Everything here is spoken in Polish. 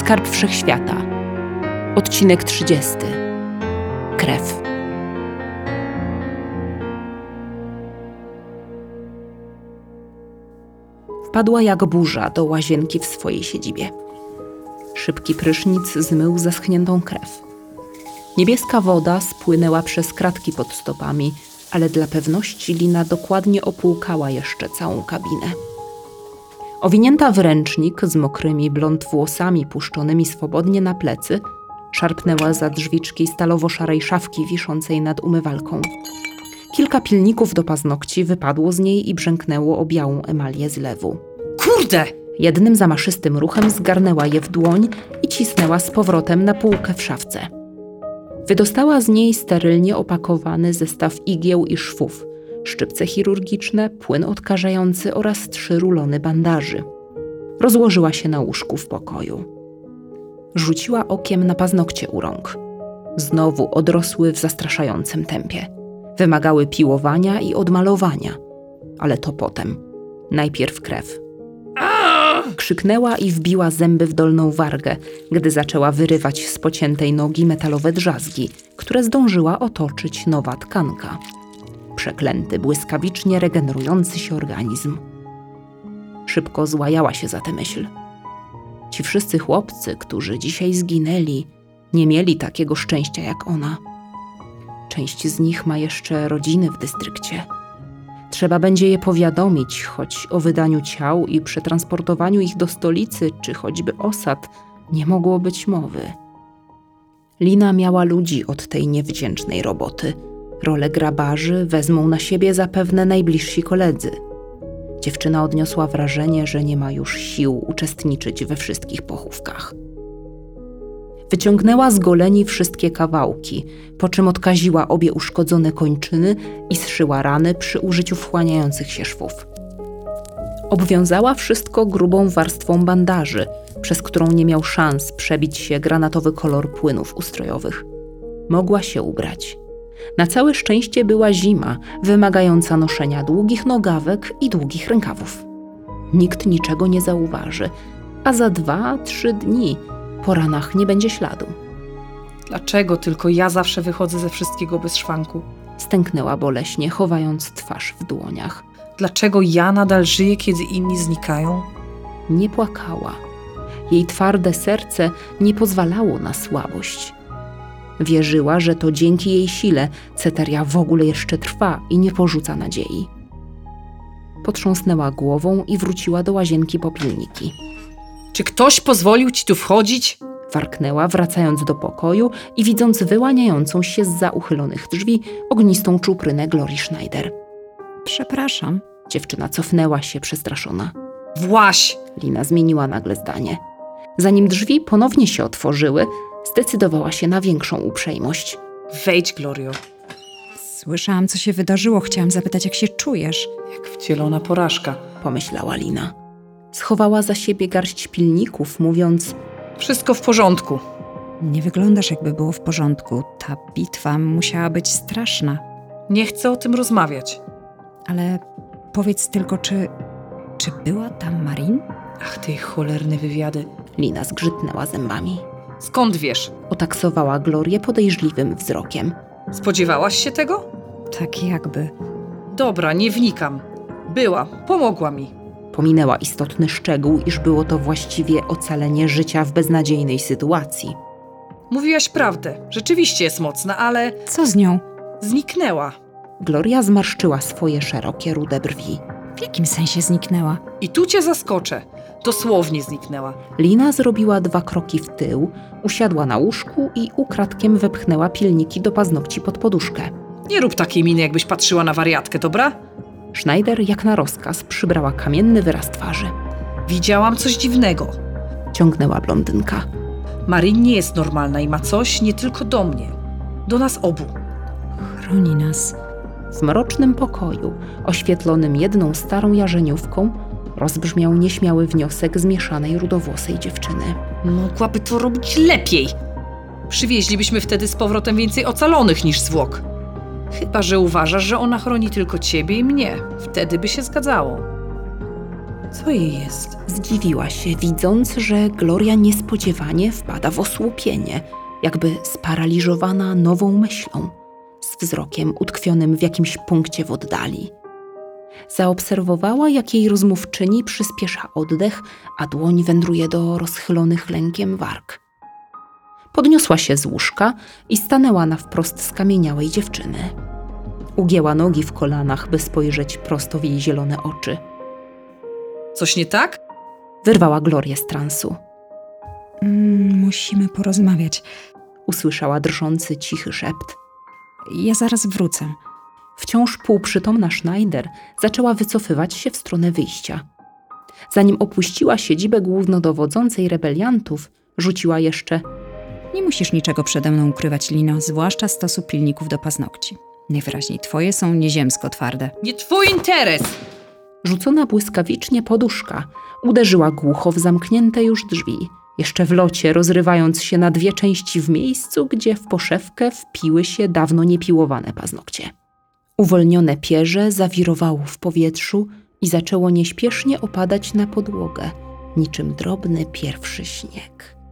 Skarb Wszechświata. Odcinek 30. Krew. Wpadła jak burza do łazienki w swojej siedzibie. Szybki prysznic zmył zaschniętą krew. Niebieska woda spłynęła przez kratki pod stopami, ale dla pewności Lina dokładnie opłukała jeszcze całą kabinę. Owinięta w ręcznik z mokrymi blond włosami puszczonymi swobodnie na plecy, szarpnęła za drzwiczki stalowo-szarej szafki wiszącej nad umywalką. Kilka pilników do paznokci wypadło z niej i brzęknęło o białą emalię zlewu. Kurde! Jednym zamaszystym ruchem zgarnęła je w dłoń i cisnęła z powrotem na półkę w szafce. Wydostała z niej sterylnie opakowany zestaw igieł i szwów, szczypce chirurgiczne, płyn odkażający oraz 3 rulony bandaży. Rozłożyła się na łóżku w pokoju. Rzuciła okiem na paznokcie u rąk. Znowu odrosły w zastraszającym tempie. Wymagały piłowania i odmalowania. Ale to potem. Najpierw krew. Krzyknęła i wbiła zęby w dolną wargę, gdy zaczęła wyrywać z pociętej nogi metalowe drzazgi, które zdążyła otoczyć nowa tkanka. Przeklęty, błyskawicznie regenerujący się organizm. Szybko złajała się za tę myśl. Ci wszyscy chłopcy, którzy dzisiaj zginęli, nie mieli takiego szczęścia jak ona. Część z nich ma jeszcze rodziny w dystrykcie. Trzeba będzie je powiadomić, choć o wydaniu ciał i przetransportowaniu ich do stolicy, czy choćby osad, nie mogło być mowy. Lina miała ludzi od tej niewdzięcznej roboty. Rolę grabarzy wezmą na siebie zapewne najbliżsi koledzy. Dziewczyna odniosła wrażenie, że nie ma już sił uczestniczyć we wszystkich pochówkach. Wyciągnęła z goleni wszystkie kawałki, po czym odkaziła obie uszkodzone kończyny i zszyła rany przy użyciu wchłaniających się szwów. Obwiązała wszystko grubą warstwą bandaży, przez którą nie miał szans przebić się granatowy kolor płynów ustrojowych. Mogła się ubrać. Na całe szczęście była zima, wymagająca noszenia długich nogawek i długich rękawów. Nikt niczego nie zauważy, a za 2-3 dni po ranach nie będzie śladu. Dlaczego tylko ja zawsze wychodzę ze wszystkiego bez szwanku? Stęknęła boleśnie, chowając twarz w dłoniach. Dlaczego ja nadal żyję, kiedy inni znikają? Nie płakała. Jej twarde serce nie pozwalało na słabość. Wierzyła, że to dzięki jej sile Ceteria w ogóle jeszcze trwa i nie porzuca nadziei. Potrząsnęła głową i wróciła do łazienki po pilniki. Czy ktoś pozwolił ci tu wchodzić? Warknęła, wracając do pokoju i widząc wyłaniającą się zza uchylonych drzwi ognistą czuprynę Glorii Schneider. Przepraszam. Dziewczyna cofnęła się przestraszona. Właś! Lina zmieniła nagle zdanie. Zanim drzwi ponownie się otworzyły, zdecydowała się na większą uprzejmość. Wejdź, Glorio. Słyszałam, co się wydarzyło. Chciałam zapytać, jak się czujesz. Jak wcielona porażka. Pomyślała Lina. Schowała za siebie garść pilników, mówiąc: Wszystko w porządku. Nie wyglądasz, jakby było w porządku. Ta bitwa musiała być straszna. Nie chcę o tym rozmawiać. Ale powiedz tylko, czy była tam Marin? Ach, ty cholerne wywiady. Lina zgrzytnęła zębami. Skąd wiesz? Otaksowała Glorię podejrzliwym wzrokiem. Spodziewałaś się tego? Tak jakby. Dobra, nie wnikam. Była, pomogła mi. Pominęła istotny szczegół, iż było to właściwie ocalenie życia w beznadziejnej sytuacji. Mówiłaś prawdę. Rzeczywiście jest mocna, ale Co z nią? zniknęła. Gloria zmarszczyła swoje szerokie, rude brwi. W jakim sensie zniknęła? I tu cię zaskoczę. Dosłownie zniknęła. Lina zrobiła 2 kroki w tył, usiadła na łóżku i ukradkiem wepchnęła pilniki do paznokci pod poduszkę. Nie rób takiej miny, jakbyś patrzyła na wariatkę, dobra? Schneider jak na rozkaz przybrała kamienny wyraz twarzy. Widziałam coś dziwnego. Ciągnęła blondynka. Marin nie jest normalna i ma coś nie tylko do mnie. Do nas obu. Chroni nas. W mrocznym pokoju, oświetlonym jedną starą jarzeniówką, rozbrzmiał nieśmiały wniosek zmieszanej rudowłosej dziewczyny. Mogłaby to robić lepiej. Przywieźlibyśmy wtedy z powrotem więcej ocalonych niż zwłok. Chyba że uważasz, że ona chroni tylko ciebie i mnie. Wtedy by się zgadzało. Co jej jest? Zdziwiła się, widząc, że Gloria niespodziewanie wpada w osłupienie, jakby sparaliżowana nową myślą, z wzrokiem utkwionym w jakimś punkcie w oddali. Zaobserwowała, jak jej rozmówczyni przyspiesza oddech, a dłoń wędruje do rozchylonych lękiem warg. Podniosła się z łóżka i stanęła na wprost skamieniałej dziewczyny. Ugięła nogi w kolanach, by spojrzeć prosto w jej zielone oczy. Coś nie tak? Wyrwała Glorię z transu. Musimy porozmawiać. Usłyszała drżący, cichy szept. Ja zaraz wrócę. Wciąż półprzytomna Schneider zaczęła wycofywać się w stronę wyjścia. Zanim opuściła siedzibę głównodowodzącej rebeliantów, rzuciła jeszcze: Nie musisz niczego przede mną ukrywać, Lino, zwłaszcza stosu pilników do paznokci. Najwyraźniej twoje są nieziemsko twarde. Nie twój interes! Rzucona błyskawicznie poduszka uderzyła głucho w zamknięte już drzwi, jeszcze w locie rozrywając się na dwie części w miejscu, gdzie w poszewkę wpiły się dawno niepiłowane paznokcie. Uwolnione pierze zawirowało w powietrzu i zaczęło nieśpiesznie opadać na podłogę, niczym drobny pierwszy śnieg.